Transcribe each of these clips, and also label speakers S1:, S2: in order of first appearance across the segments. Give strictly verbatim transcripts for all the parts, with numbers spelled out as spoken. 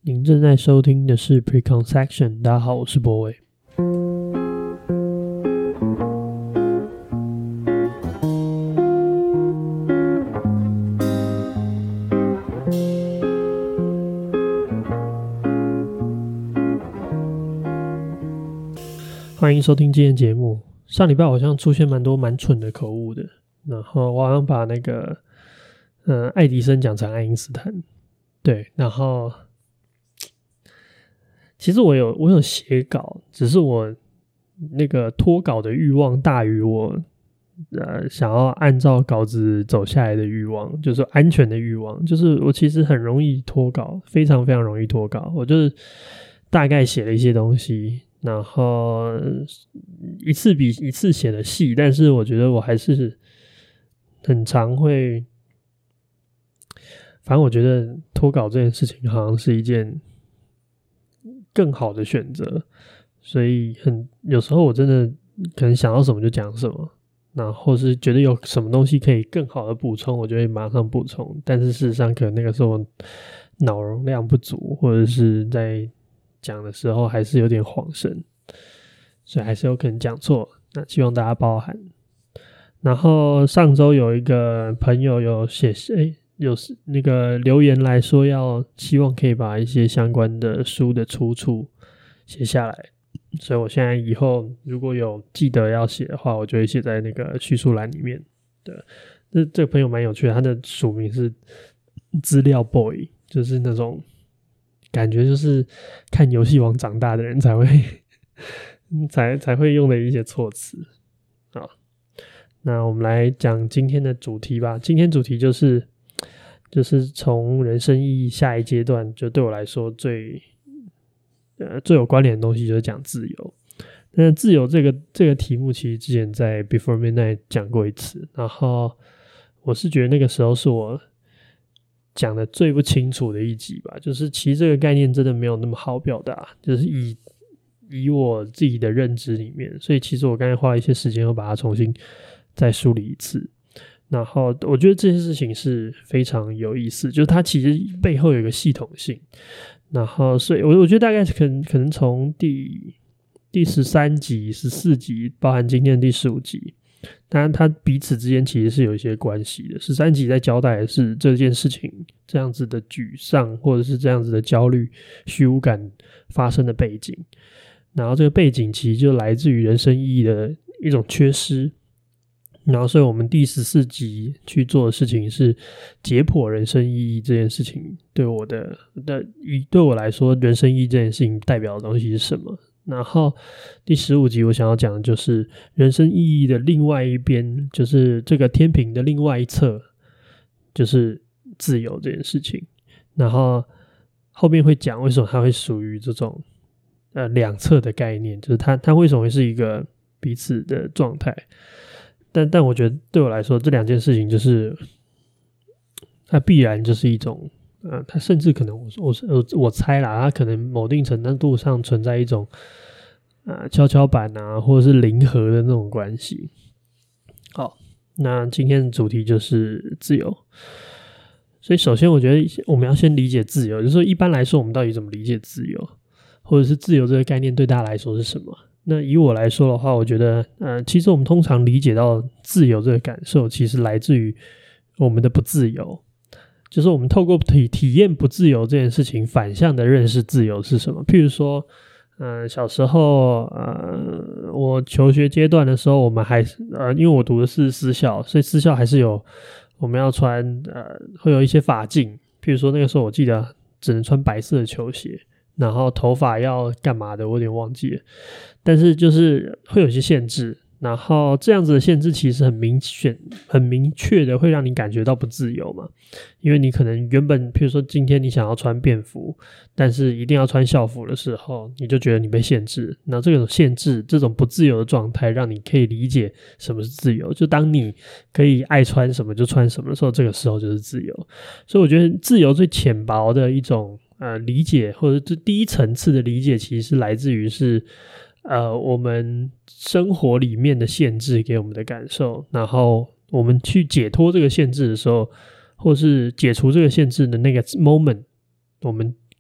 S1: 您正在收听的是 Preconception， 大家好，我是博伟。欢迎收听今天节目。上礼拜好像出现蛮多蛮蠢的口误的，然后我好像把那个嗯、呃、爱迪生讲成爱因斯坦，对，然后其实我有我有写稿，只是我那个脱稿的欲望大于我呃想要按照稿子走下来的欲望，就是安全的欲望。就是我其实很容易脱稿，非常非常容易脱稿。我就是大概写了一些东西，然后一次比一次写的细，但是我觉得我还是很常会，反正我觉得脱稿这件事情好像是一件更好的选择，所以很有时候我真的可能想到什么就讲什么，那或是觉得有什么东西可以更好的补充，我就会马上补充。但是事实上，可能那个时候脑容量不足，或者是在讲的时候还是有点恍神，所以还是有可能讲错。那希望大家包涵。然后上周有一个朋友有写诶。有那个留言来说，要希望可以把一些相关的书的出处写下来，所以我现在以后如果有记得要写的话，我就会写在那个叙述栏里面。对，这这个朋友蛮有趣的，他的署名是资料 boy， 就是那种感觉就是看游戏王长大的人才会才才会用的一些措辞。好，那我们来讲今天的主题吧。今天主题就是。就是从人生意义下一阶段，就对我来说最呃最有关联的东西就是讲自由。那自由这个这个题目，其实之前在 Before Midnight 讲过一次，然后我是觉得那个时候是我讲的最不清楚的一集吧。就是其实这个概念真的没有那么好表达，就是以以我自己的认知里面，所以其实我刚才花了一些时间，又把它重新再梳理一次。然后我觉得这件事情是非常有意思，就是它其实背后有一个系统性。然后所以我我觉得大概可能可能从第第十三集、十四集，包含今天的第十五集，当然它彼此之间其实是有一些关系的。十三集在交代的是这件事情这样子的沮丧，或者是这样子的焦虑、虚无感发生的背景，然后这个背景其实就来自于人生意义的一种缺失。然后所以我们第十四集去做的事情是解剖人生意义这件事情对我的的对我来说，人生意义这件事情代表的东西是什么。然后第十五集我想要讲的就是人生意义的另外一边，就是这个天平的另外一侧，就是自由这件事情。然后后面会讲为什么它会属于这种呃两侧的概念，就是它它为什么会是一个彼此的状态。但但我觉得对我来说，这两件事情就是它必然就是一种呃，它甚至可能我我我我猜啦，它可能某定程度上存在一种呃跷跷板啊，或者是零和的那种关系。好，那今天的主题就是自由。所以首先我觉得我们要先理解自由，就是说一般来说我们到底怎么理解自由，或者是自由这个概念对大家来说是什么。那以我来说的话，我觉得呃，其实我们通常理解到自由这个感受，其实来自于我们的不自由，就是我们透过体体验不自由这件事情，反向的认识自由是什么。譬如说呃，小时候呃，我求学阶段的时候，我们还呃，因为我读的是私校，所以私校还是有我们要穿呃，会有一些法禁。譬如说那个时候我记得只能穿白色的球鞋，然后头发要干嘛的我有点忘记了，但是就是会有一些限制。然后这样子的限制其实很明显很明确的会让你感觉到不自由嘛，因为你可能原本譬如说今天你想要穿便服，但是一定要穿校服的时候，你就觉得你被限制。那这种限制，这种不自由的状态，让你可以理解什么是自由，就当你可以爱穿什么就穿什么的时候，这个时候就是自由。所以我觉得自由最浅薄的一种呃理解，或者是第一层次的理解，其实是来自于是呃，我们生活里面的限制给我们的感受，然后我们去解脱这个限制的时候，或是解除这个限制的那个 moment， 我们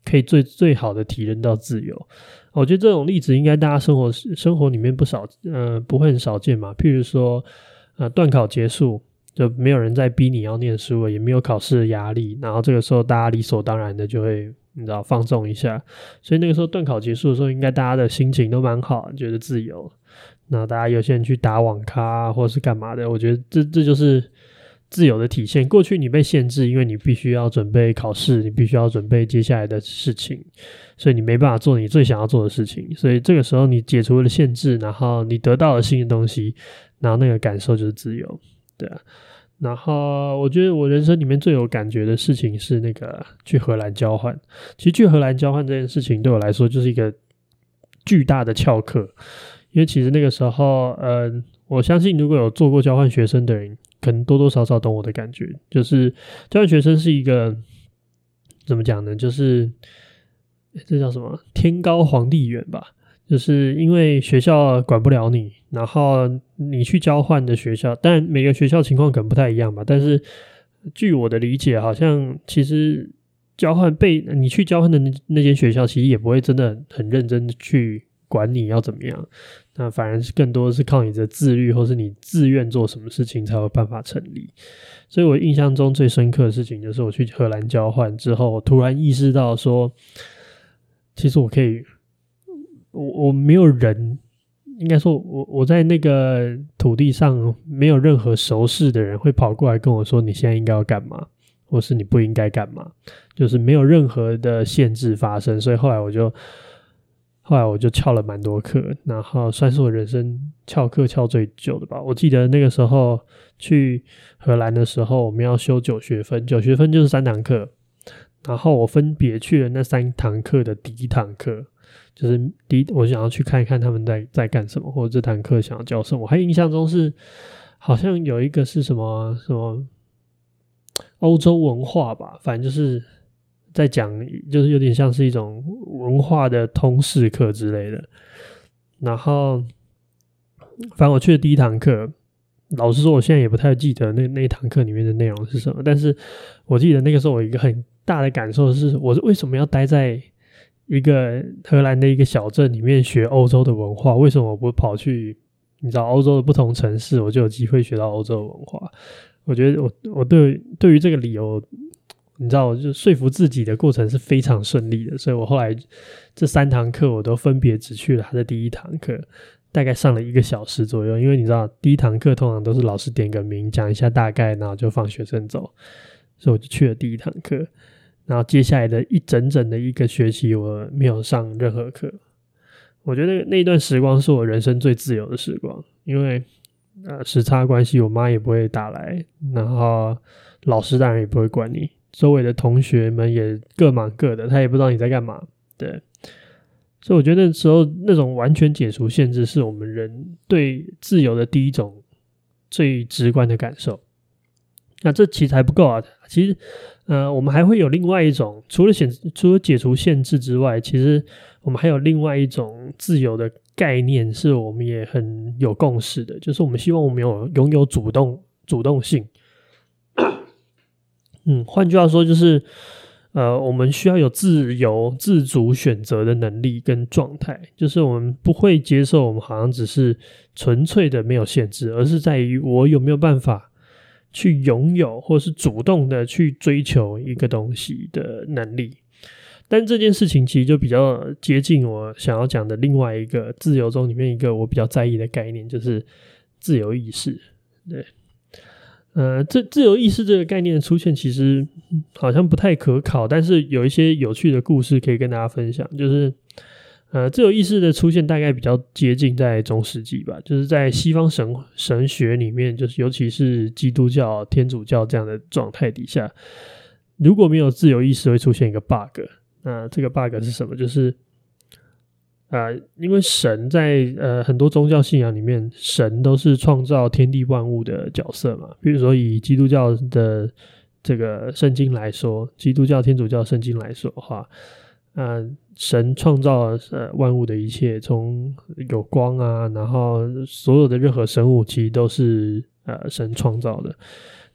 S1: 可以最最好的体验到自由。我觉得这种例子应该大家生活生活里面不少，呃，不会很少见嘛。譬如说，呃，段考结束，就没有人在逼你要念书了，也没有考试的压力，然后这个时候大家理所当然的就会，你知道，放纵一下。所以那个时候段考结束的时候，应该大家的心情都蛮好，觉得自由。那大家有些人去打网咖啊，或是干嘛的，我觉得这这就是自由的体现。过去你被限制，因为你必须要准备考试，你必须要准备接下来的事情，所以你没办法做你最想要做的事情。所以这个时候你解除了限制，然后你得到了新的东西，然后那个感受就是自由，对啊。然后我觉得我人生里面最有感觉的事情是那个去荷兰交换。其实去荷兰交换这件事情对我来说就是一个巨大的翘课，因为其实那个时候，呃，我相信如果有做过交换学生的人，可能多多少少懂我的感觉。就是交换学生是一个怎么讲呢？就是这叫什么？天高皇帝远吧。就是因为学校管不了你，然后你去交换的学校，当然每个学校情况可能不太一样吧。但是据我的理解，好像其实交换被你去交换的那那间学校，其实也不会真的很认真的去管你要怎么样，那反而是更多是靠你的自律，或是你自愿做什么事情才有办法成立。所以我印象中最深刻的事情就是我去荷兰交换之后，我突然意识到说，其实我可以，我我没有人，应该说我我在那个土地上没有任何熟识的人会跑过来跟我说你现在应该要干嘛，或是你不应该干嘛，就是没有任何的限制发生。所以后来我就后来我就翘了蛮多课，然后算是我人生翘课翘最久的吧。我记得那个时候去荷兰的时候，我们要修九学分，九学分就是三堂课，然后我分别去了那三堂课的第一堂课，就是第一我想要去看一看他们在在干什么，或者这堂课想要教什么。我还印象中是好像有一个是什么什么欧洲文化吧，反正就是在讲，就是有点像是一种文化的通识课之类的。然后反正我去的第一堂课，老实说我现在也不太记得那那一堂课里面的内容是什么，但是我记得那个时候我有一个很大的感受是，我为什么要待在一个荷兰的一个小镇里面学欧洲的文化，为什么我不跑去你知道欧洲的不同城市，我就有机会学到欧洲的文化。我觉得我我对对于这个理由，你知道，我就说服自己的过程是非常顺利的，所以我后来这三堂课我都分别只去了他的第一堂课，大概上了一个小时左右。因为你知道第一堂课通常都是老师点个名讲一下大概，然后就放学生走，所以我就去了第一堂课。然后接下来的一整整的一个学期我没有上任何课。我觉得那一段时光是我人生最自由的时光，因为呃时差关系，我妈也不会打来，然后老师当然也不会管你，周围的同学们也各忙各的，他也不知道你在干嘛。对，所以我觉得那时候那种完全解除限制是我们人对自由的第一种最直观的感受。那这其实还不够啊，其实呃，我们还会有另外一种，除了显除了解除限制之外，其实我们还有另外一种自由的概念，是我们也很有共识的，就是我们希望我们有拥有主动主动性。嗯，换句话说就是，呃，我们需要有自由、自主选择的能力跟状态，就是我们不会接受我们好像只是纯粹的没有限制，而是在于我有没有办法去拥有或是主动的去追求一个东西的能力。但这件事情其实就比较接近我想要讲的另外一个自由中里面一个我比较在意的概念，就是自由意识。对，呃，这自由意识这个概念的出现其实好像不太可考，但是有一些有趣的故事可以跟大家分享。就是呃，自由意识的出现大概比较接近在中世纪吧，就是在西方神神学里面，就是尤其是基督教、天主教这样的状态底下，如果没有自由意识会出现一个 bug。那这个 bug 是什么？就是呃，因为神在呃很多宗教信仰里面，神都是创造天地万物的角色嘛。比如说以基督教的这个圣经来说，基督教、天主教圣经来说的话，呃，神创造呃万物的一切，从有光啊，然后所有的任何生物其实都是呃神创造的。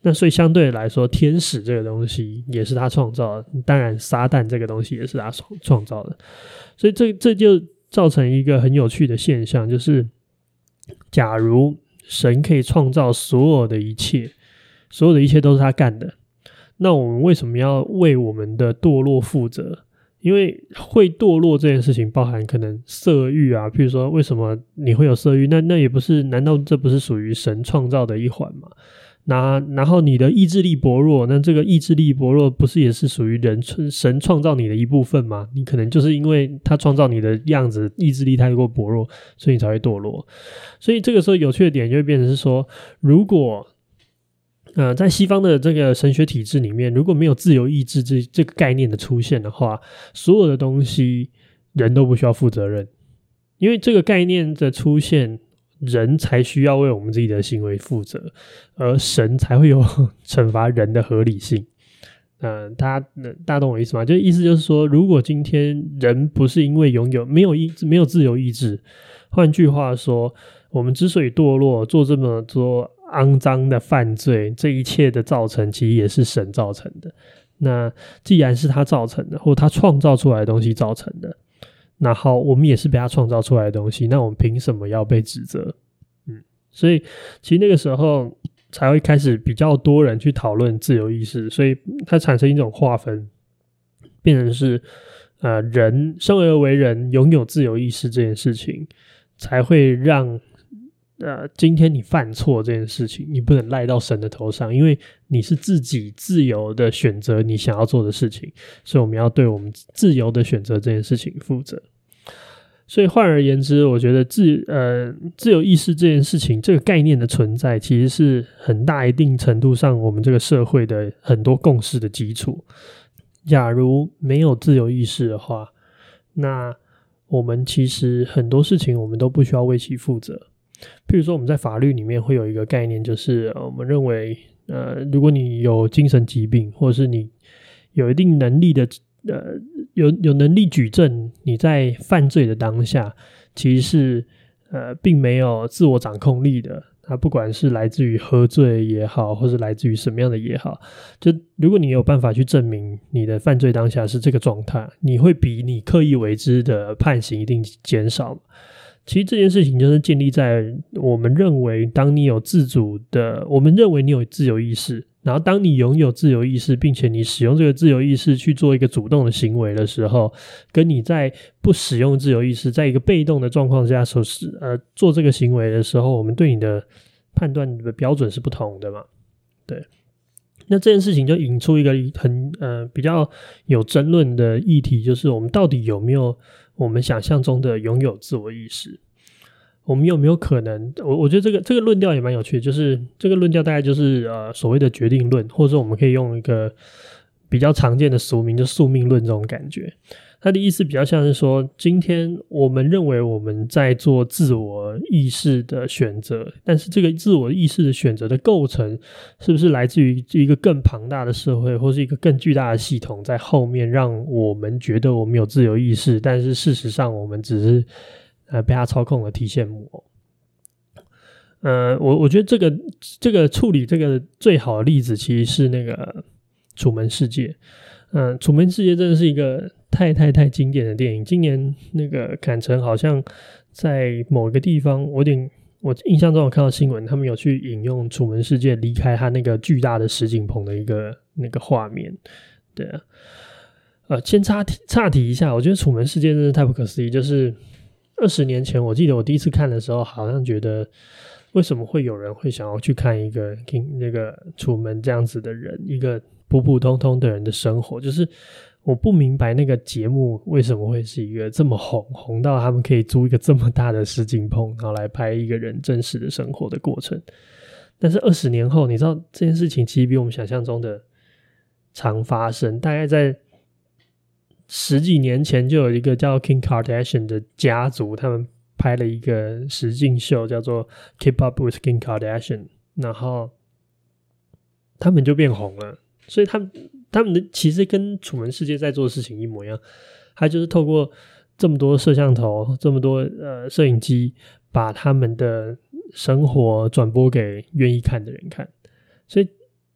S1: 那所以相对来说，天使这个东西也是他创造的，当然撒旦这个东西也是他创造的，所以这这就造成一个很有趣的现象，就是假如神可以创造所有的一切，所有的一切都是他干的，那我们为什么要为我们的堕落负责？因为会堕落这件事情包含可能色欲啊，譬如说为什么你会有色欲，那那也不是，难道这不是属于神创造的一环吗？那然后你的意志力薄弱，那这个意志力薄弱不是也是属于人神创造你的一部分吗？你可能就是因为他创造你的样子，意志力太过薄弱，所以你才会堕落。所以这个时候有趣的点就会变成是说，如果呃，在西方的这个神学体制里面，如果没有自由意志这这个概念的出现的话，所有的东西人都不需要负责任，因为这个概念的出现，人才需要为我们自己的行为负责，而神才会有惩罚人的合理性。呃，大家大家懂我意思吗？就意思就是说，如果今天人不是因为拥有没有意没有自由意志，换句话说，我们之所以堕落，做这么多肮脏的犯罪，这一切的造成其实也是神造成的。那既然是他造成的，或他创造出来的东西造成的，然后我们也是被他创造出来的东西，那我们凭什么要被指责？嗯，所以其实那个时候才会开始比较多人去讨论自由意识，所以它产生一种划分，变成是呃，人生而为人拥有自由意识这件事情，才会让呃，今天你犯错这件事情，你不能赖到神的头上，因为你是自己自由的选择你想要做的事情，所以我们要对我们自由的选择这件事情负责。所以换而言之，我觉得自呃自由意识这件事情，这个概念的存在，其实是很大一定程度上我们这个社会的很多共识的基础。假如没有自由意识的话，那我们其实很多事情我们都不需要为其负责。譬如说我们在法律里面会有一个概念，就是呃我们认为呃如果你有精神疾病，或者是你有一定能力的呃有有能力举证你在犯罪的当下其实是呃并没有自我掌控力的，它不管是来自于喝醉也好，或是来自于什么样的也好，就如果你有办法去证明你的犯罪当下是这个状态，你会比你刻意为之的判刑一定减少。其实这件事情就是建立在我们认为当你有自主的，我们认为你有自由意识，然后当你拥有自由意识并且你使用这个自由意识去做一个主动的行为的时候，跟你在不使用自由意识在一个被动的状况下所呃做这个行为的时候，我们对你的判断的标准是不同的嘛。对，那这件事情就引出一个很呃比较有争论的议题，就是我们到底有没有我们想象中的拥有自我意识，我们有没有可能，我我觉得这个这个论调也蛮有趣的，就是这个论调大概就是呃所谓的决定论，或者说我们可以用一个比较常见的俗名，就宿命论这种感觉。它的意思比较像是说，今天我们认为我们在做自我意识的选择，但是这个自我意识的选择的构成是不是来自于一个更庞大的社会，或是一个更巨大的系统在后面让我们觉得我们有自由意识，但是事实上我们只是呃被它操控的提线木偶。呃，我我觉得这个这个处理这个最好的例子其实是那个楚门世界。嗯、呃，楚门世界真的是一个太太太经典的电影。今年那个坎城好像在某个地方，我有点我印象中有看到新闻，他们有去引用楚门世界离开他那个巨大的实景棚的一个那个画面。对啊，呃，先插题插题一下，我觉得楚门世界真的太不可思议。就是二十年前，我记得我第一次看的时候，好像觉得为什么会有人会想要去看一个那个楚门这样子的人，一个普普通通的人的生活，就是我不明白那个节目为什么会是一个这么红，红到他们可以租一个这么大的实景棚，然后来拍一个人真实的生活的过程。但是二十年后，你知道这件事情其实比我们想象中的常发生。大概在十几年前就有一个叫 Kim Kardashian 的家族，他们拍了一个实境秀叫做 Keep Up with Kim Kardashian， 然后他们就变红了。所以他们他们的其实跟楚门世界在做的事情一模一样，他就是透过这么多摄像头，这么多呃摄影机，把他们的生活转播给愿意看的人看。所以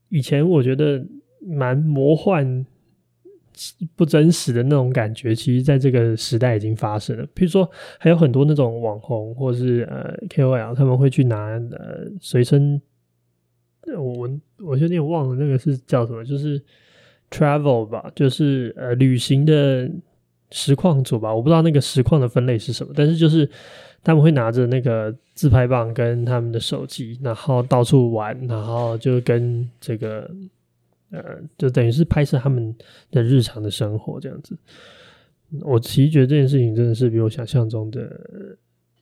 S1: 以前我觉得蛮魔幻不真实的那种感觉，其实在这个时代已经发生了。比如说还有很多那种网红或是呃 K O L 他们会去拿呃随身，我我有点忘了那个是叫什么，就是 travel 吧，就是呃旅行的实况组吧，我不知道那个实况的分类是什么，但是就是他们会拿着那个自拍棒跟他们的手机，然后到处玩，然后就跟这个呃，就等于是拍摄他们的日常的生活这样子。我其实觉得这件事情真的是比我想象中的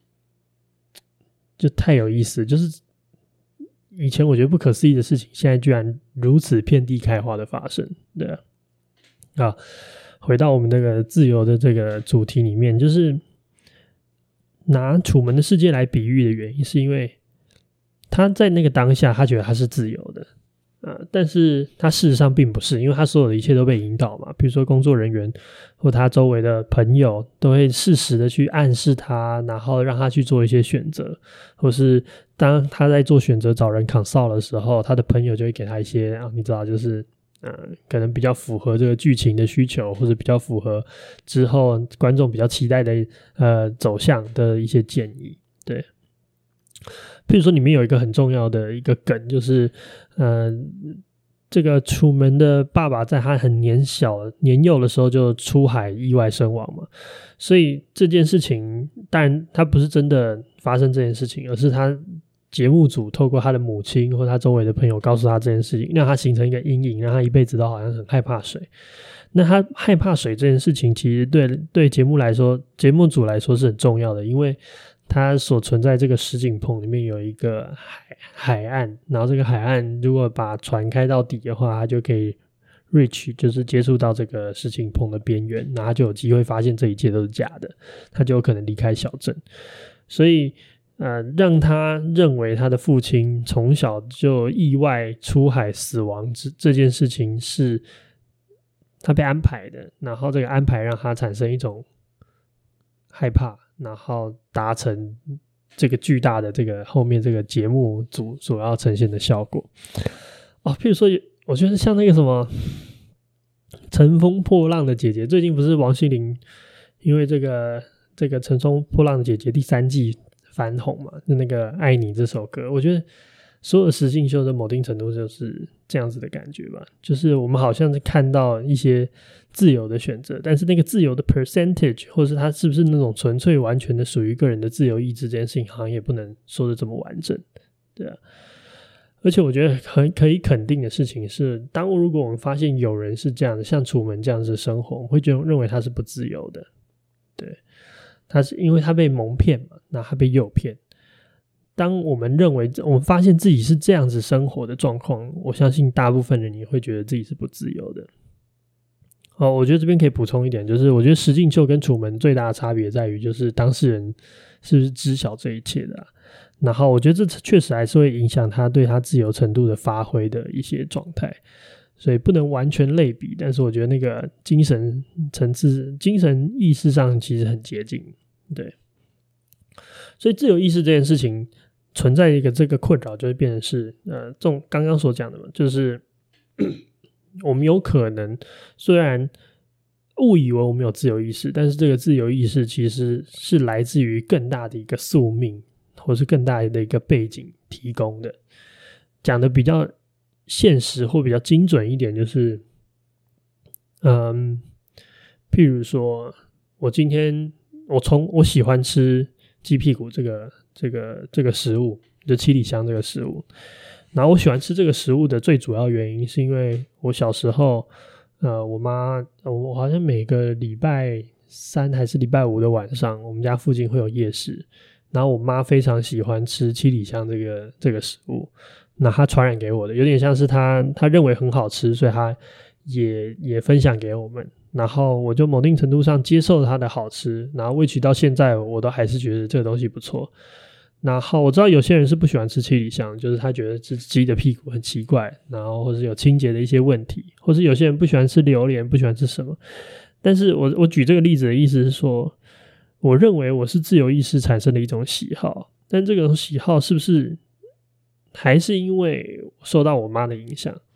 S1: 就太有意思，就是以前我觉得不可思议的事情，现在居然如此遍地开花的发生。对啊，啊，回到我们那个自由的这个主题里面，就是拿楚门的世界来比喻的原因，是因为他在那个当下，他觉得他是自由的。呃，但是他事实上并不是，因为他所有的一切都被引导嘛，比如说工作人员或他周围的朋友都会适时的去暗示他，然后让他去做一些选择，或是当他在做选择找人 consult 的时候，他的朋友就会给他一些啊，你知道就是呃，可能比较符合这个剧情的需求，或者比较符合之后观众比较期待的呃走向的一些建议。对，譬如说里面有一个很重要的一个梗，就是呃，这个楚门的爸爸在他很年小年幼的时候就出海意外身亡嘛，所以这件事情当然他不是真的发生这件事情，而是他节目组透过他的母亲或他周围的朋友告诉他这件事情，让他形成一个阴影，让他一辈子都好像很害怕水。那他害怕水这件事情其实对对节目来说，节目组来说是很重要的，因为它所存在这个实景棚里面有一个海海岸，然后这个海岸如果把船开到底的话，它就可以 reach， 就是接触到这个实景棚的边缘，然后他就有机会发现这一切都是假的，他就有可能离开小镇。所以呃，让他认为他的父亲从小就意外出海死亡这件事情是他被安排的，然后这个安排让他产生一种害怕，然后达成这个巨大的这个后面这个节目组所要呈现的效果。哦，譬如说我觉得像那个什么乘风破浪的姐姐，最近不是王心凌因为这个这个乘风破浪的姐姐第三季翻红嘛，就那个爱你这首歌，我觉得所有的实境秀的某定程度就是这样子的感觉吧，就是我们好像是看到一些自由的选择，但是那个自由的 percentage 或是它是不是那种纯粹完全的属于个人的自由意志，这件事情好像也不能说的这么完整。对啊，而且我觉得很可以肯定的事情是，当如果我们发现有人是这样的，像楚门这样子的生活，我们会觉得认为他是不自由的。对，他是因为他被蒙骗嘛，那他被诱骗。当我们认为我们发现自己是这样子生活的状况，我相信大部分人也会觉得自己是不自由的。哦，我觉得这边可以补充一点，就是我觉得实境秀跟楚门最大的差别在于，就是当事人是不是知晓这一切的啊，然后我觉得这确实还是会影响他对他自由程度的发挥的一些状态，所以不能完全类比，但是我觉得那个精神层次、精神意识上其实很接近。对，所以自由意识这件事情存在一个这个困扰，就会变成是呃，这种刚刚所讲的嘛，就是我们有可能虽然误以为我们有自由意识，但是这个自由意识其实是来自于更大的一个宿命，或是更大的一个背景提供的。讲的比较现实或比较精准一点，就是嗯，譬如说我今天我从我喜欢吃鸡屁股这个这个这个食物，就七里香这个食物，然后我喜欢吃这个食物的最主要原因是因为我小时候呃，我妈我好像每个礼拜三还是礼拜五的晚上，我们家附近会有夜市，然后我妈非常喜欢吃七里香这个这个食物，那她传染给我的，有点像是她她认为很好吃，所以她也也分享给我们，然后我就某定程度上接受它的好吃，然后味取到现在我都还是觉得这个东西不错。然后我知道有些人是不喜欢吃七里香，就是他觉得这鸡的屁股很奇怪，然后或是有清洁的一些问题，或是有些人不喜欢吃榴莲，不喜欢吃什么。但是我我举这个例子的意思是说，我认为我是自由意识产生的一种喜好，但这种喜好是不是还是因为受到我妈的影响？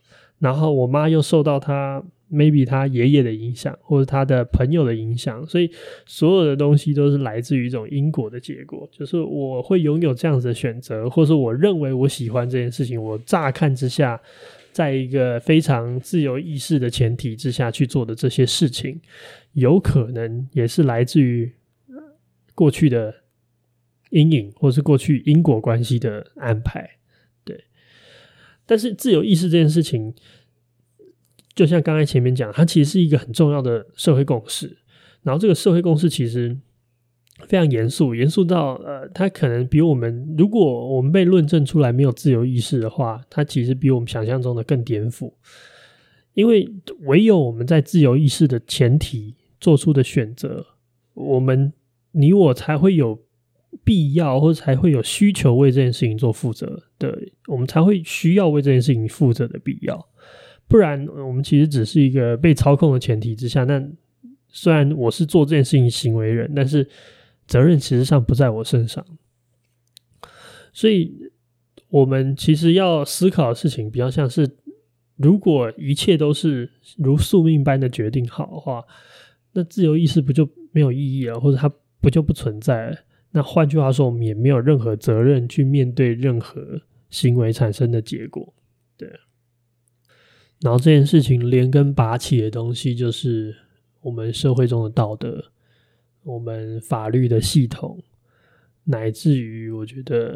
S1: 然后我妈又受到她 maybe 她爷爷的影响，或者她的朋友的影响，所以所有的东西都是来自于一种因果的结果，就是我会拥有这样子的选择，或是我认为我喜欢这件事情，我乍看之下在一个非常自由意识的前提之下去做的这些事情，有可能也是来自于过去的阴影，或是过去因果关系的安排。对，但是自由意识这件事情就像刚才前面讲，它其实是一个很重要的社会共识，然后这个社会共识其实非常严肃，严肃到呃，它可能比我们，如果我们被论证出来没有自由意识的话，它其实比我们想象中的更颠覆。因为唯有我们在自由意识的前提做出的选择，我们你我才会有必要或者才会有需求为这件事情做负责的，我们才会需要为这件事情负责的必要。不然我们其实只是一个被操控的前提之下，那虽然我是做这件事情行为人，但是责任其实上不在我身上。所以我们其实要思考的事情比较像是，如果一切都是如宿命般的决定好的话，那自由意识不就没有意义了，或者它不就不存在了？那换句话说，我们也没有任何责任去面对任何行为产生的结果。对，然后这件事情连根拔起的东西就是我们社会中的道德，我们法律的系统，乃至于我觉得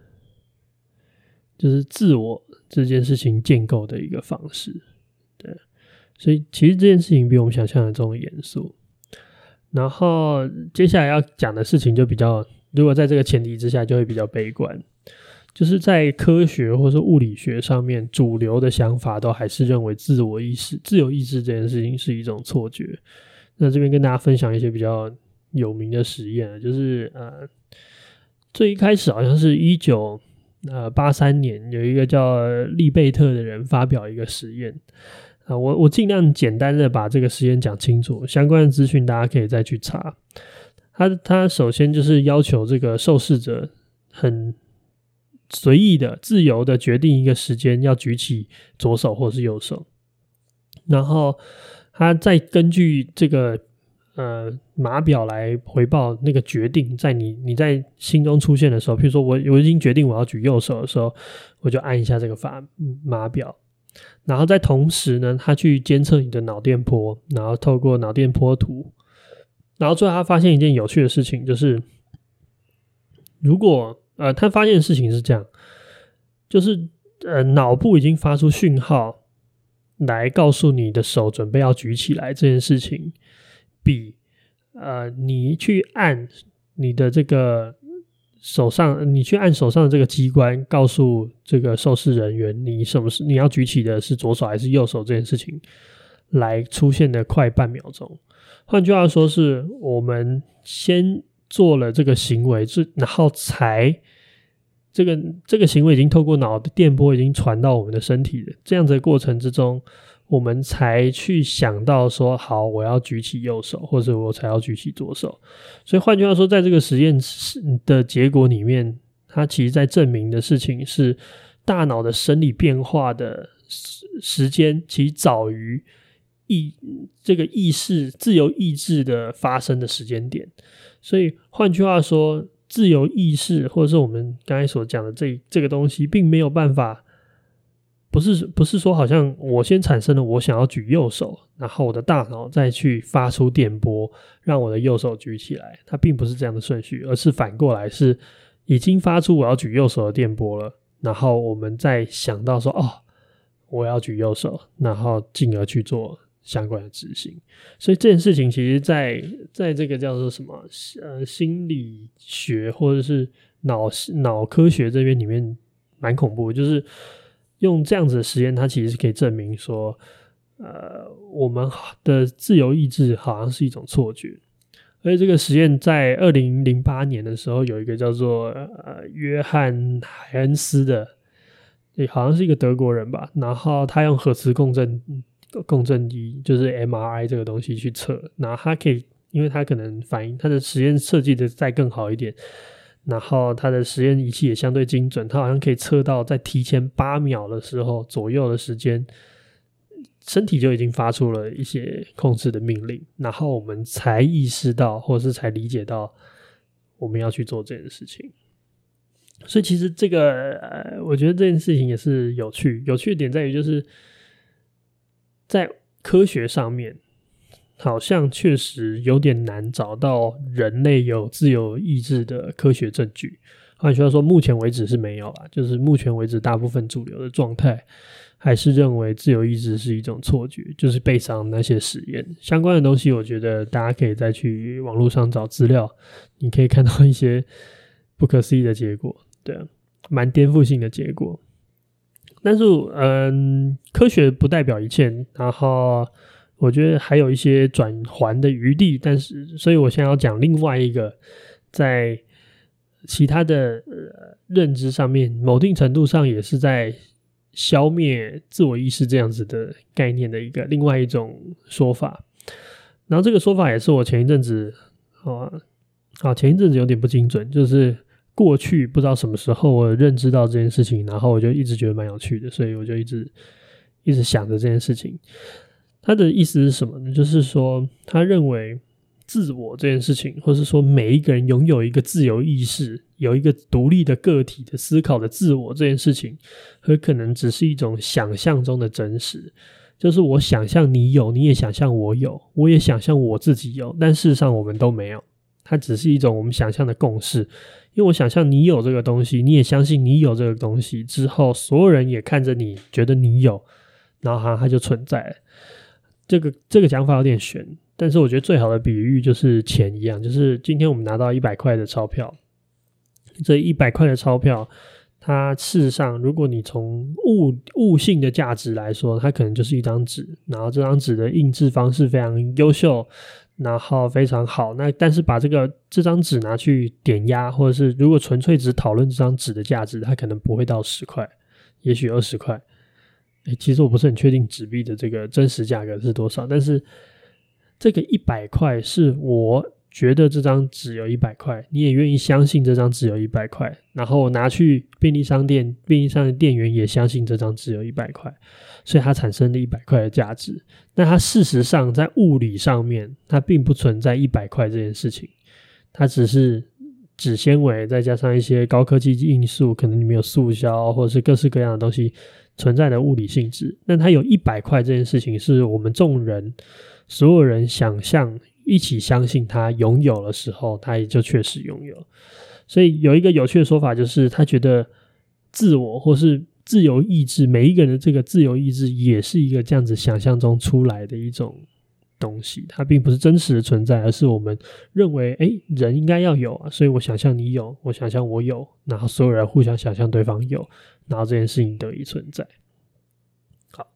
S1: 就是自我这件事情建构的一个方式。对，所以其实这件事情比我们想象的中严肃。然后接下来要讲的事情就比较，如果在这个前提之下就会比较悲观，就是在科学或是物理学上面，主流的想法都还是认为自我意识、自由意志这件事情是一种错觉。那这边跟大家分享一些比较有名的实验，就是呃，最一开始好像是一九八三年，有一个叫利贝特的人发表一个实验。啊，我我尽量简单的把这个实验讲清楚，相关的资讯大家可以再去查。他他首先就是要求这个受试者很随意的、自由的决定一个时间要举起左手或是右手，然后他再根据这个呃码表来回报那个决定在你你在心中出现的时候，譬如说我我已经决定我要举右手的时候，我就按一下这个法码表。然后在同时呢，他去监测你的脑电波，然后透过脑电波图，然后最后他发现一件有趣的事情，就是如果呃他发现的事情是这样，就是呃脑部已经发出讯号来告诉你的手准备要举起来这件事情，比呃你去按你的这个手上，你去按手上的这个机关，告诉这个受试人员你什么是你要举起的是左手还是右手这件事情来出现的快半秒钟。换句话说，是我们先做了这个行为，然后才这个这个行为已经透过脑的电波已经传到我们的身体了，这样子的过程之中，我们才去想到说好我要举起右手，或者我才要举起左手。所以换句话说，在这个实验的结果里面，它其实在证明的事情是大脑的生理变化的时间其实早于意这个意识自由意志的发生的时间点。所以换句话说，自由意识或者是我们刚才所讲的这这个东西并没有办法，不是不是说好像我先产生了我想要举右手，然后我的大脑再去发出电波让我的右手举起来，它并不是这样的顺序，而是反过来是已经发出我要举右手的电波了，然后我们再想到说哦我要举右手，然后进而去做相关的执行。所以这件事情其实在在这个叫做什么呃心理学或者是脑脑科学这边里面蛮恐怖的，就是用这样子的实验，它其实是可以证明说呃我们的自由意志好像是一种错觉。而且这个实验在二零零八年的时候，有一个叫做呃约翰海恩斯的，也好像是一个德国人吧，然后他用核磁共振共振仪，就是 M R I 这个东西去测，然后他可以，因为他可能反应他的实验设计的再更好一点，然后他的实验仪器也相对精准，他好像可以测到在提前八秒的时候左右的时间， 身体就已经发出了一些控制的命令，然后我们才意识到或是才理解到我们要去做这件事情。所以其实这个呃，我觉得这件事情也是有趣，有趣的点在于就是在科学上面好像确实有点难找到人类有自由意志的科学证据。换句话说，目前为止是没有啦，就是目前为止大部分主流的状态还是认为自由意志是一种错觉，就是背上那些实验相关的东西，我觉得大家可以再去网络上找资料，你可以看到一些不可思议的结果，对啊，蛮颠覆性的结果。但是嗯，科学不代表一切，然后我觉得还有一些转圜的余地，但是所以我现在要讲另外一个在其他的、呃、认知上面某定程度上也是在消灭自我意识这样子的概念的一个另外一种说法。然后这个说法也是我前一阵子啊，啊前一阵子有点不精准，就是过去不知道什么时候我认知到这件事情，然后我就一直觉得蛮有趣的，所以我就一直一直想着这件事情。他的意思是什么呢？就是说他认为自我这件事情，或是说每一个人拥有一个自由意识，有一个独立的个体的思考的自我这件事情，很可能只是一种想象中的真实，就是我想象你有，你也想象我有，我也想象我自己有，但事实上我们都没有，它只是一种我们想象的共识。因为我想象你有这个东西，你也相信你有这个东西之后，所有人也看着你觉得你有，然后它它就存在了。这个这个讲法有点悬，但是我觉得最好的比喻就是钱一样，就是今天我们拿到一百块的钞票，这一百块的钞票，它事实上如果你从物物性的价值来说，它可能就是一张纸，然后这张纸的印制方式非常优秀，然后非常好，那但是把这个这张纸拿去点压，或者是如果纯粹只讨论这张纸的价值，它可能不会到十块，也许二十块。欸，其实我不是很确定纸币的这个真实价格是多少，但是这个一百块是我觉得这张纸有一百块，你也愿意相信这张纸有一百块，然后我拿去便利商店，便利商店店员也相信这张纸有一百块，所以它产生了一百块的价值。那它事实上在物理上面它并不存在一百块这件事情，它只是纸纤维再加上一些高科技因素，可能里面有塑胶或者是各式各样的东西存在的物理性质。那它有一百块这件事情是我们众人所有人想象一起相信它拥有的时候，它也就确实拥有。所以有一个有趣的说法，就是他觉得自我或是自由意志，每一个人的这个自由意志也是一个这样子想象中出来的一种东西，它并不是真实的存在，而是我们认为诶人应该要有啊，所以我想象你有，我想象我有，然后所有人互相想象对方有，然后这件事情得以存在。好，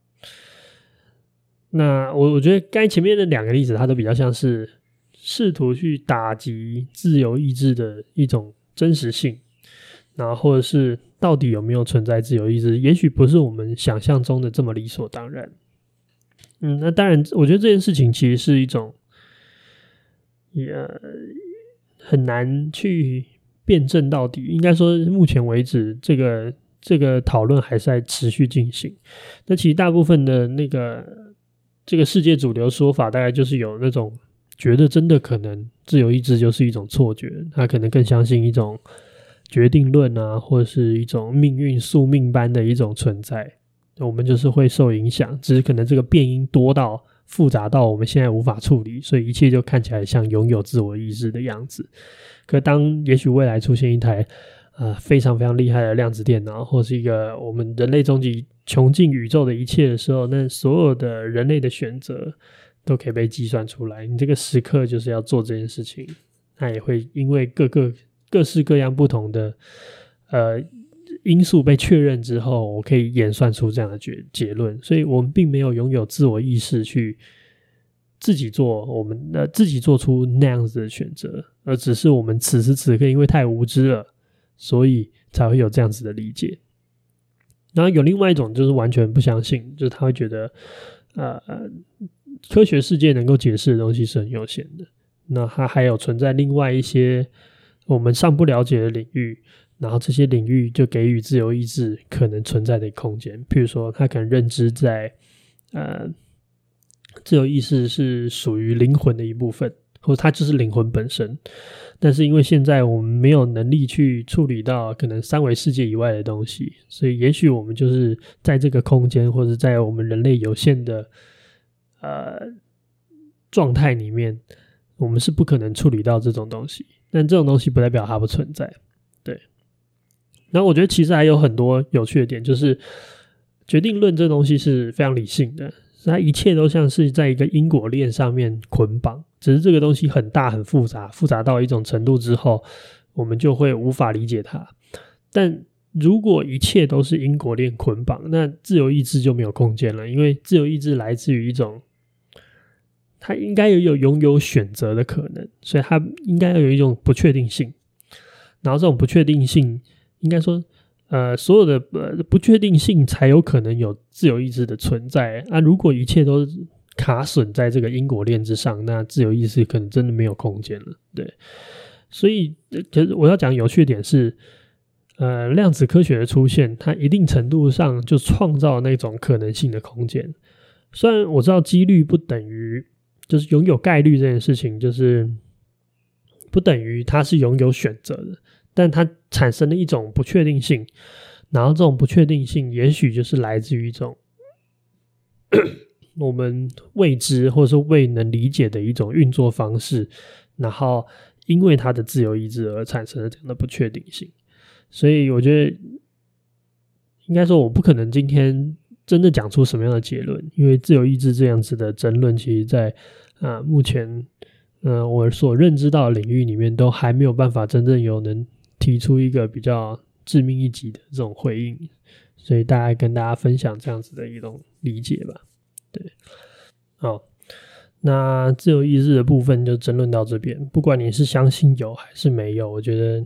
S1: 那我我觉得刚才前面的两个例子它都比较像是试图去打击自由意志的一种真实性，然后或者是到底有没有存在自由意志，也许不是我们想象中的这么理所当然。嗯，那当然我觉得这件事情其实是一种也很难去辩证到底，应该说目前为止这个这个讨论还是在持续进行。那其实大部分的那个这个世界主流说法大概就是有那种觉得真的可能自由意志就是一种错觉，他可能更相信一种决定论啊，或者是一种命运宿命般的一种存在，我们就是会受影响，只是可能这个变因多到复杂到我们现在无法处理，所以一切就看起来像拥有自我意识的样子。可当也许未来出现一台呃非常非常厉害的量子电脑，或是一个我们人类终极穷尽宇宙的一切的时候，那所有的人类的选择都可以被计算出来，你这个时刻就是要做这件事情，那也会因为各个各式各样不同的呃因素被确认之后，我可以演算出这样的结结论。所以我们并没有拥有自我意识去自己做我们呃自己做出那样子的选择，而只是我们此时此刻因为太无知了，所以才会有这样子的理解。然后有另外一种就是完全不相信，就是他会觉得呃科学世界能够解释的东西是很有限的，那它还有存在另外一些我们尚不了解的领域，然后这些领域就给予自由意志可能存在的空间。譬如说他可能认知在呃，自由意识是属于灵魂的一部分，或者它就是灵魂本身。但是因为现在我们没有能力去处理到可能三维世界以外的东西，所以也许我们就是在这个空间，或者在我们人类有限的呃状态里面，我们是不可能处理到这种东西。但这种东西不代表它不存在，对。然后我觉得其实还有很多有趣的点，就是决定论这东西是非常理性的，它一切都像是在一个因果链上面捆绑，只是这个东西很大很复杂，复杂到一种程度之后，我们就会无法理解它。但如果一切都是因果链捆绑，那自由意志就没有空间了，因为自由意志来自于一种它应该有拥有选择的可能，所以它应该要有一种不确定性，然后这种不确定性应该说呃，所有的、呃、不确定性才有可能有自由意志的存在啊。如果一切都卡损在这个因果链之上，那自由意志可能真的没有空间了。对，所以其实我要讲有趣的点是，呃，量子科学的出现，它一定程度上就创造那种可能性的空间。虽然我知道几率不等于就是拥有概率这件事情，就是不等于它是拥有选择的。但它产生了一种不确定性，然后这种不确定性也许就是来自于一种我们未知或者是未能理解的一种运作方式，然后因为它的自由意志而产生了这样的不确定性。所以我觉得应该说我不可能今天真的讲出什么样的结论，因为自由意志这样子的争论其实在、呃、目前、呃、我所认知到的领域里面都还没有办法真正有能提出一个比较致命一击的这种回应，所以大概跟大家分享这样子的一种理解吧。对，好，那自由意志的部分就争论到这边，不管你是相信有还是没有，我觉得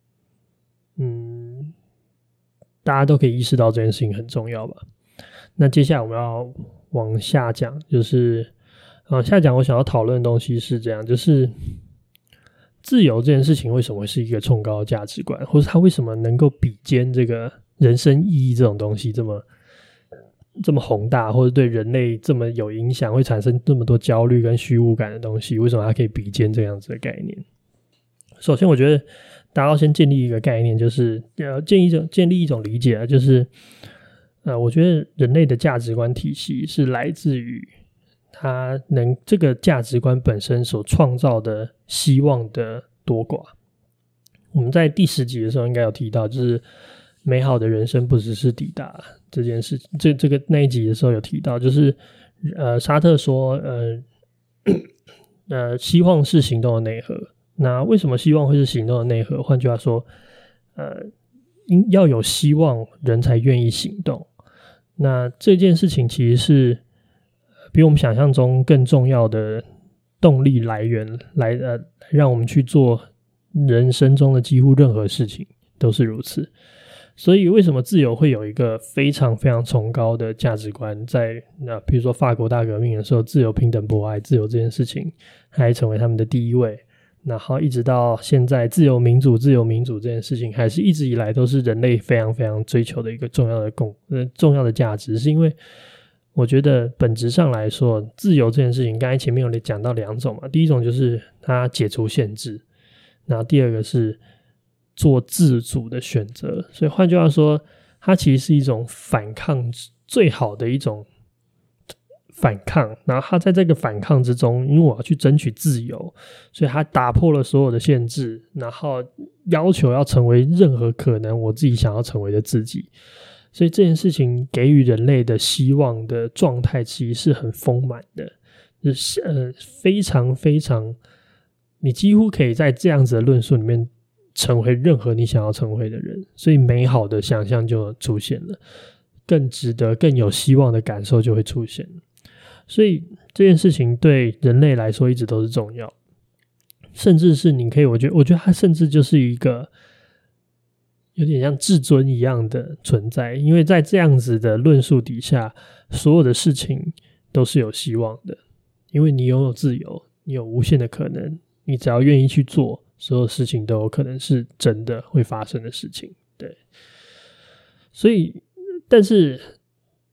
S1: 嗯，大家都可以意识到这件事情很重要吧。那接下来我们要往下讲，就是呃，下讲我想要讨论的东西是这样，就是自由这件事情为什么会是一个崇高的价值观，或是它为什么能够比肩这个人生意义这种东西这么这么宏大，或者对人类这么有影响，会产生这么多焦虑跟虚无感的东西，为什么它可以比肩这样子的概念？首先我觉得大家要先建立一个概念，就是呃建立一种建立一种理解啊，就是呃我觉得人类的价值观体系是来自于它能这个价值观本身所创造的希望的多寡。我们在第十集的时候应该有提到，就是美好的人生不只是抵达这件事情，这这个那一集的时候有提到，就是呃沙特说呃呃希望是行动的内核。那为什么希望会是行动的内核？换句话说，呃要有希望人才愿意行动。那这件事情其实是比我们想象中更重要的动力来源，来呃让我们去做人生中的几乎任何事情都是如此。所以为什么自由会有一个非常非常崇高的价值观，在那比如说法国大革命的时候，自由平等博爱自由这件事情还成为他们的第一位，然后一直到现在自由民主自由民主这件事情还是一直以来都是人类非常非常追求的一个重要的共呃重要的价值。是因为我觉得本质上来说，自由这件事情刚才前面有讲到两种嘛，第一种就是它解除限制，然后第二个是做自主的选择。所以换句话说，它其实是一种反抗最好的一种反抗，然后它在这个反抗之中，因为我要去争取自由，所以它打破了所有的限制，然后要求要成为任何可能我自己想要成为的自己。所以这件事情给予人类的希望的状态其实是很丰满的，就是呃非常非常，你几乎可以在这样子的论述里面成为任何你想要成为的人，所以美好的想象就出现了，更值得更有希望的感受就会出现了。所以这件事情对人类来说一直都是重要，甚至是你可以我觉得我觉得它甚至就是一个有点像至尊一样的存在，因为在这样子的论述底下，所有的事情都是有希望的，因为你拥有自由，你有无限的可能，你只要愿意去做，所有事情都有可能是真的会发生的事情。对，所以但是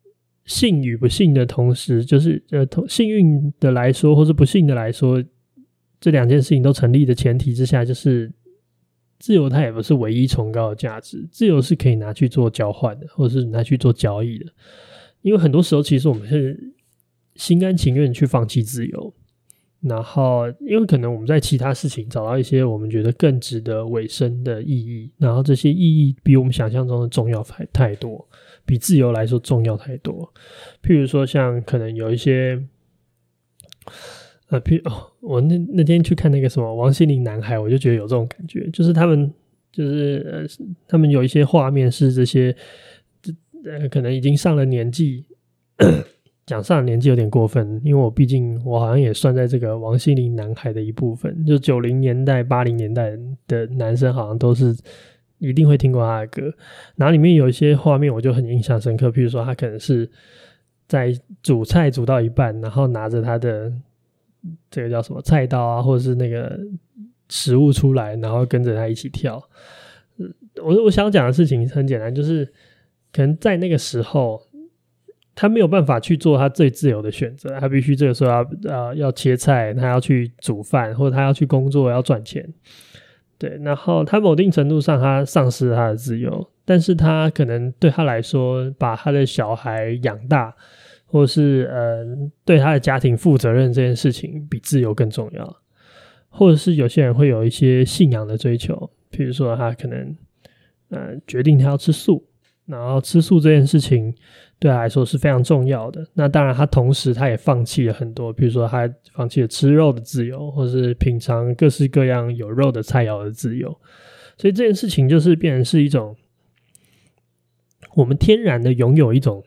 S1: 幸与不幸的同时，就是呃幸运的来说，或是不幸的来说，这两件事情都成立的前提之下，就是自由它也不是唯一崇高的价值，自由是可以拿去做交换的，或是拿去做交易的。因为很多时候其实我们是心甘情愿去放弃自由，然后因为可能我们在其他事情找到一些我们觉得更值得委身的意义，然后这些意义比我们想象中的重要太太多，比自由来说重要太多。譬如说像可能有一些呃，譬如、哦、我那那天去看那个什么王心凌男孩，我就觉得有这种感觉，就是他们就是呃，他们有一些画面是这些呃，可能已经上了年纪讲上了年纪有点过分，因为我毕竟我好像也算在这个王心凌男孩的一部分，就九零年代八零年代的男生好像都是一定会听过他的歌，然后里面有一些画面我就很印象深刻，譬如说他可能是在煮菜煮到一半，然后拿着他的这个叫什么菜刀啊，或者是那个食物出来，然后跟着他一起跳。我我想讲的事情很简单，就是可能在那个时候他没有办法去做他最自由的选择，他必须这个时候要、呃、要切菜，他要去煮饭，或者他要去工作要赚钱。对，然后他某定程度上他丧失了他的自由，但是他可能对他来说把他的小孩养大，或是呃对他的家庭负责任这件事情比自由更重要。或者是有些人会有一些信仰的追求，比如说他可能呃决定他要吃素，然后吃素这件事情对他来说是非常重要的。那当然他同时他也放弃了很多，比如说他放弃了吃肉的自由，或是品尝各式各样有肉的菜肴的自由。所以这件事情就是变成是一种我们天然的拥有一种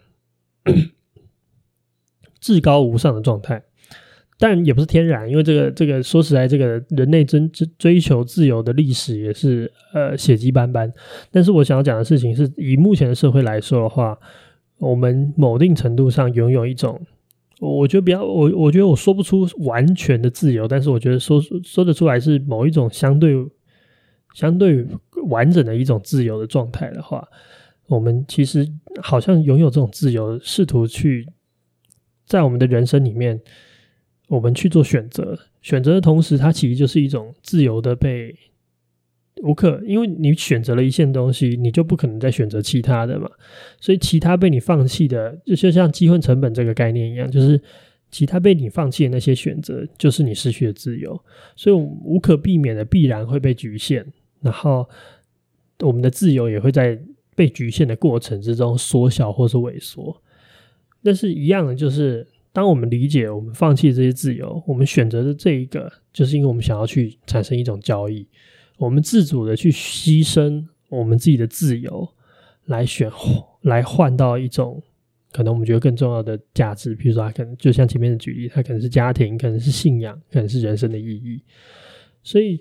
S1: 至高无上的状态，但也不是天然，因为这个这个说实在，这个人类追追求自由的历史也是呃血迹斑斑。但是我想要讲的事情是，以目前的社会来说的话，我们某定程度上拥有一种，我觉得比较我我觉得我说不出完全的自由，但是我觉得说说得出来是某一种相对相对完整的一种自由的状态的话，我们其实好像拥有这种自由，试图去在我们的人生里面我们去做选择，选择的同时它其实就是一种自由的被无可，因为你选择了一件东西，你就不可能再选择其他的嘛，所以其他被你放弃的，就像积混成本这个概念一样，就是其他被你放弃的那些选择就是你失去的自由，所以无可避免的必然会被局限，然后我们的自由也会在被局限的过程之中缩小或是萎缩。但是一样的就是当我们理解我们放弃这些自由，我们选择的这一个就是因为我们想要去产生一种交易，我们自主的去牺牲我们自己的自由来选来换到一种可能我们觉得更重要的价值，比如说它可能就像前面的举例，它可能是家庭，可能是信仰，可能是人生的意义。所以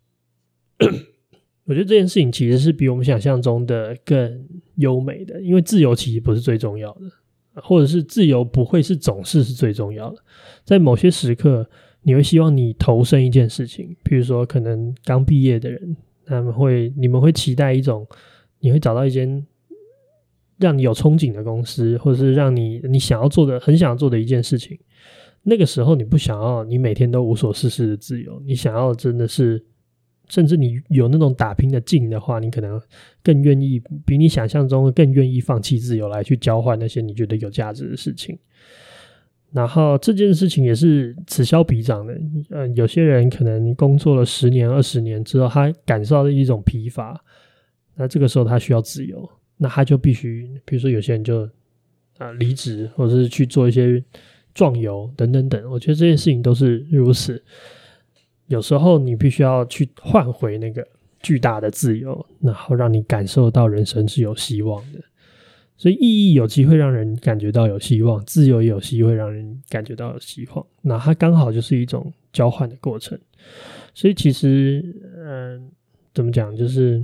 S1: 我觉得这件事情其实是比我们想象中的更优美的，因为自由其实不是最重要的，或者是自由不会是总是是最重要的。在某些时刻你会希望你投身一件事情，比如说可能刚毕业的人，他们会你们会期待一种，你会找到一间让你有憧憬的公司，或者是让你你想要做的很想要做的一件事情。那个时候你不想要你每天都无所事事的自由，你想要真的是甚至你有那种打拼的劲的话，你可能更愿意比你想象中更愿意放弃自由来去交换那些你觉得有价值的事情。然后这件事情也是此消彼长的，呃，有些人可能工作了十年二十年之后，他感受到一种疲乏，那这个时候他需要自由，那他就必须比如说有些人就呃离职，或者是去做一些壮游等等等，我觉得这件事情都是如此。有时候你必须要去换回那个巨大的自由，然后让你感受到人生是有希望的。所以意义有机会让人感觉到有希望，自由也有机会让人感觉到有希望，那它刚好就是一种交换的过程。所以其实嗯，怎么讲，就是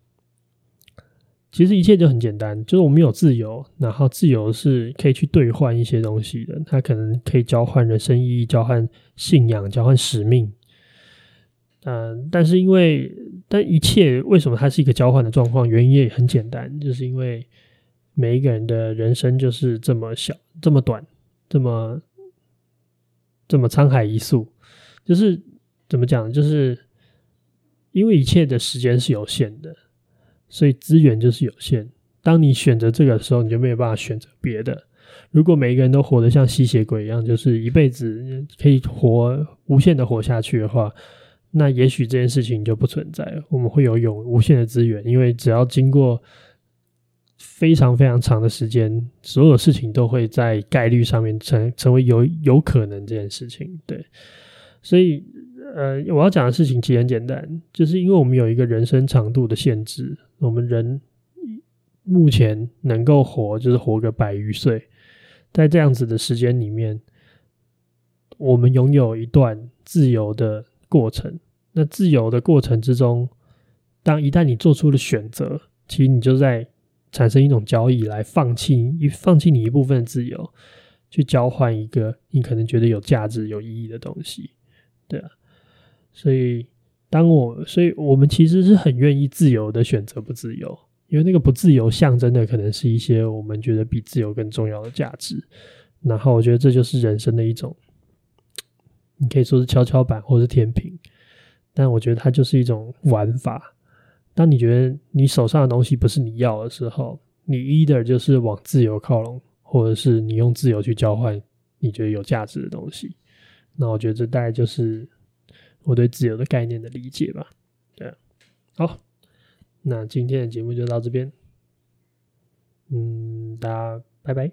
S1: 其实一切就很简单，就是我们有自由，然后自由是可以去兑换一些东西的，它可能可以交换人生意义，交换信仰，交换使命。嗯，但是因为但一切为什么它是一个交换的状况，原因也很简单，就是因为每一个人的人生就是这么小这么短这么这么沧海一粟，就是怎么讲，就是因为一切的时间是有限的，所以资源就是有限，当你选择这个的时候，你就没有办法选择别的。如果每一个人都活得像吸血鬼一样，就是一辈子可以活无限的活下去的话，那也许这件事情就不存在了，我们会有永无限的资源，因为只要经过非常非常长的时间，所有事情都会在概率上面成成为有有可能这件事情。对，所以呃，我要讲的事情其实很简单，就是因为我们有一个人生长度的限制，我们人目前能够活就是活个百余岁，在这样子的时间里面，我们拥有一段自由的过程。那自由的过程之中，当一旦你做出了选择，其实你就在产生一种交易，来放弃放弃你一部分的自由，去交换一个你可能觉得有价值有意义的东西。对啊，所以当我所以我们其实是很愿意自由的选择不自由，因为那个不自由象征的可能是一些我们觉得比自由更重要的价值。然后我觉得这就是人生的一种，你可以说是跷跷板或是天平，但我觉得它就是一种玩法。当你觉得你手上的东西不是你要的时候，你 either 就是往自由靠拢，或者是你用自由去交换你觉得有价值的东西。那我觉得这大概就是我对自由的概念的理解吧。对啊，好，那今天的节目就到这边，嗯，大家拜拜。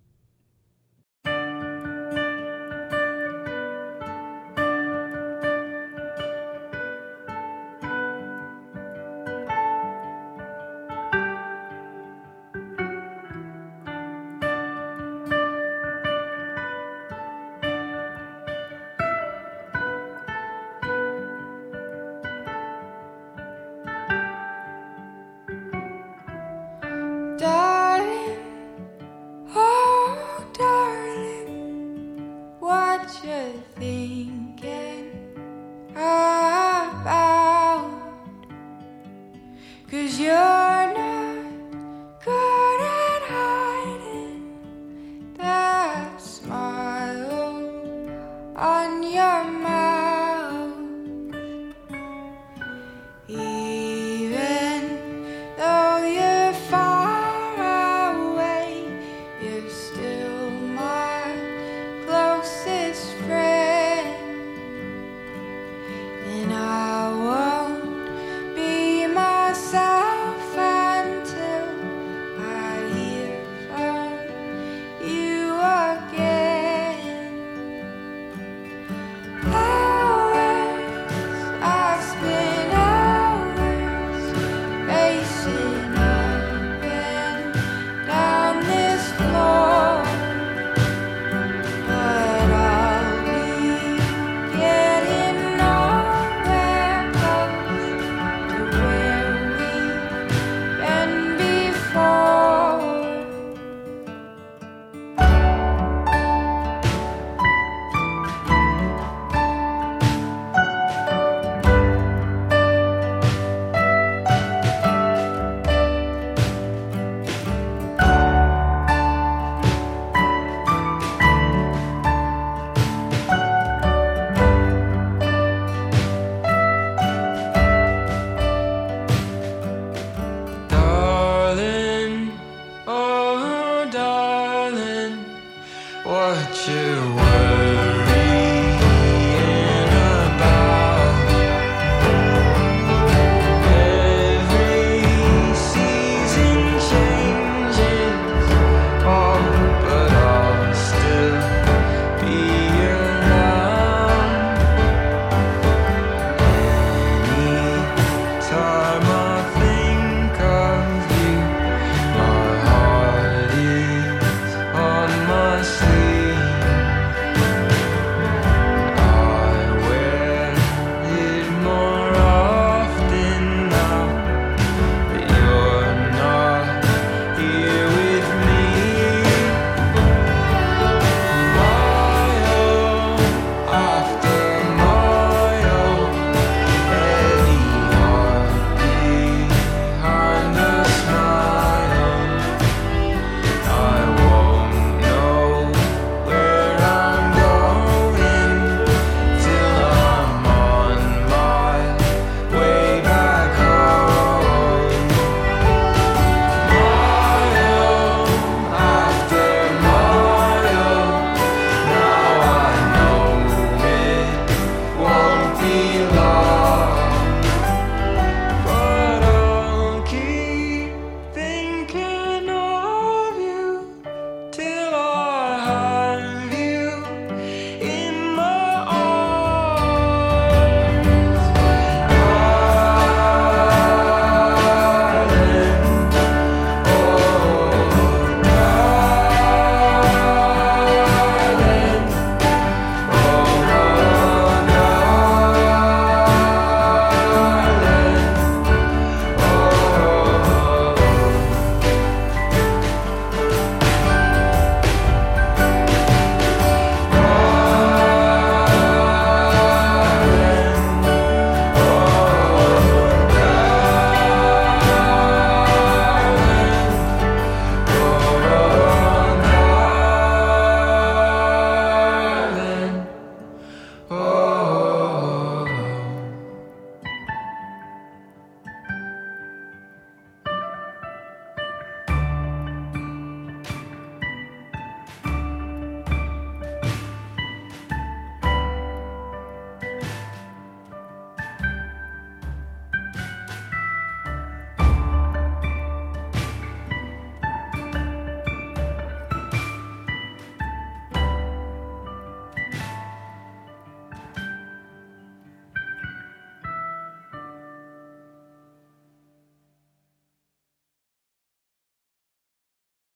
S2: Darling, oh darling, what you thinking about? 'Cause you're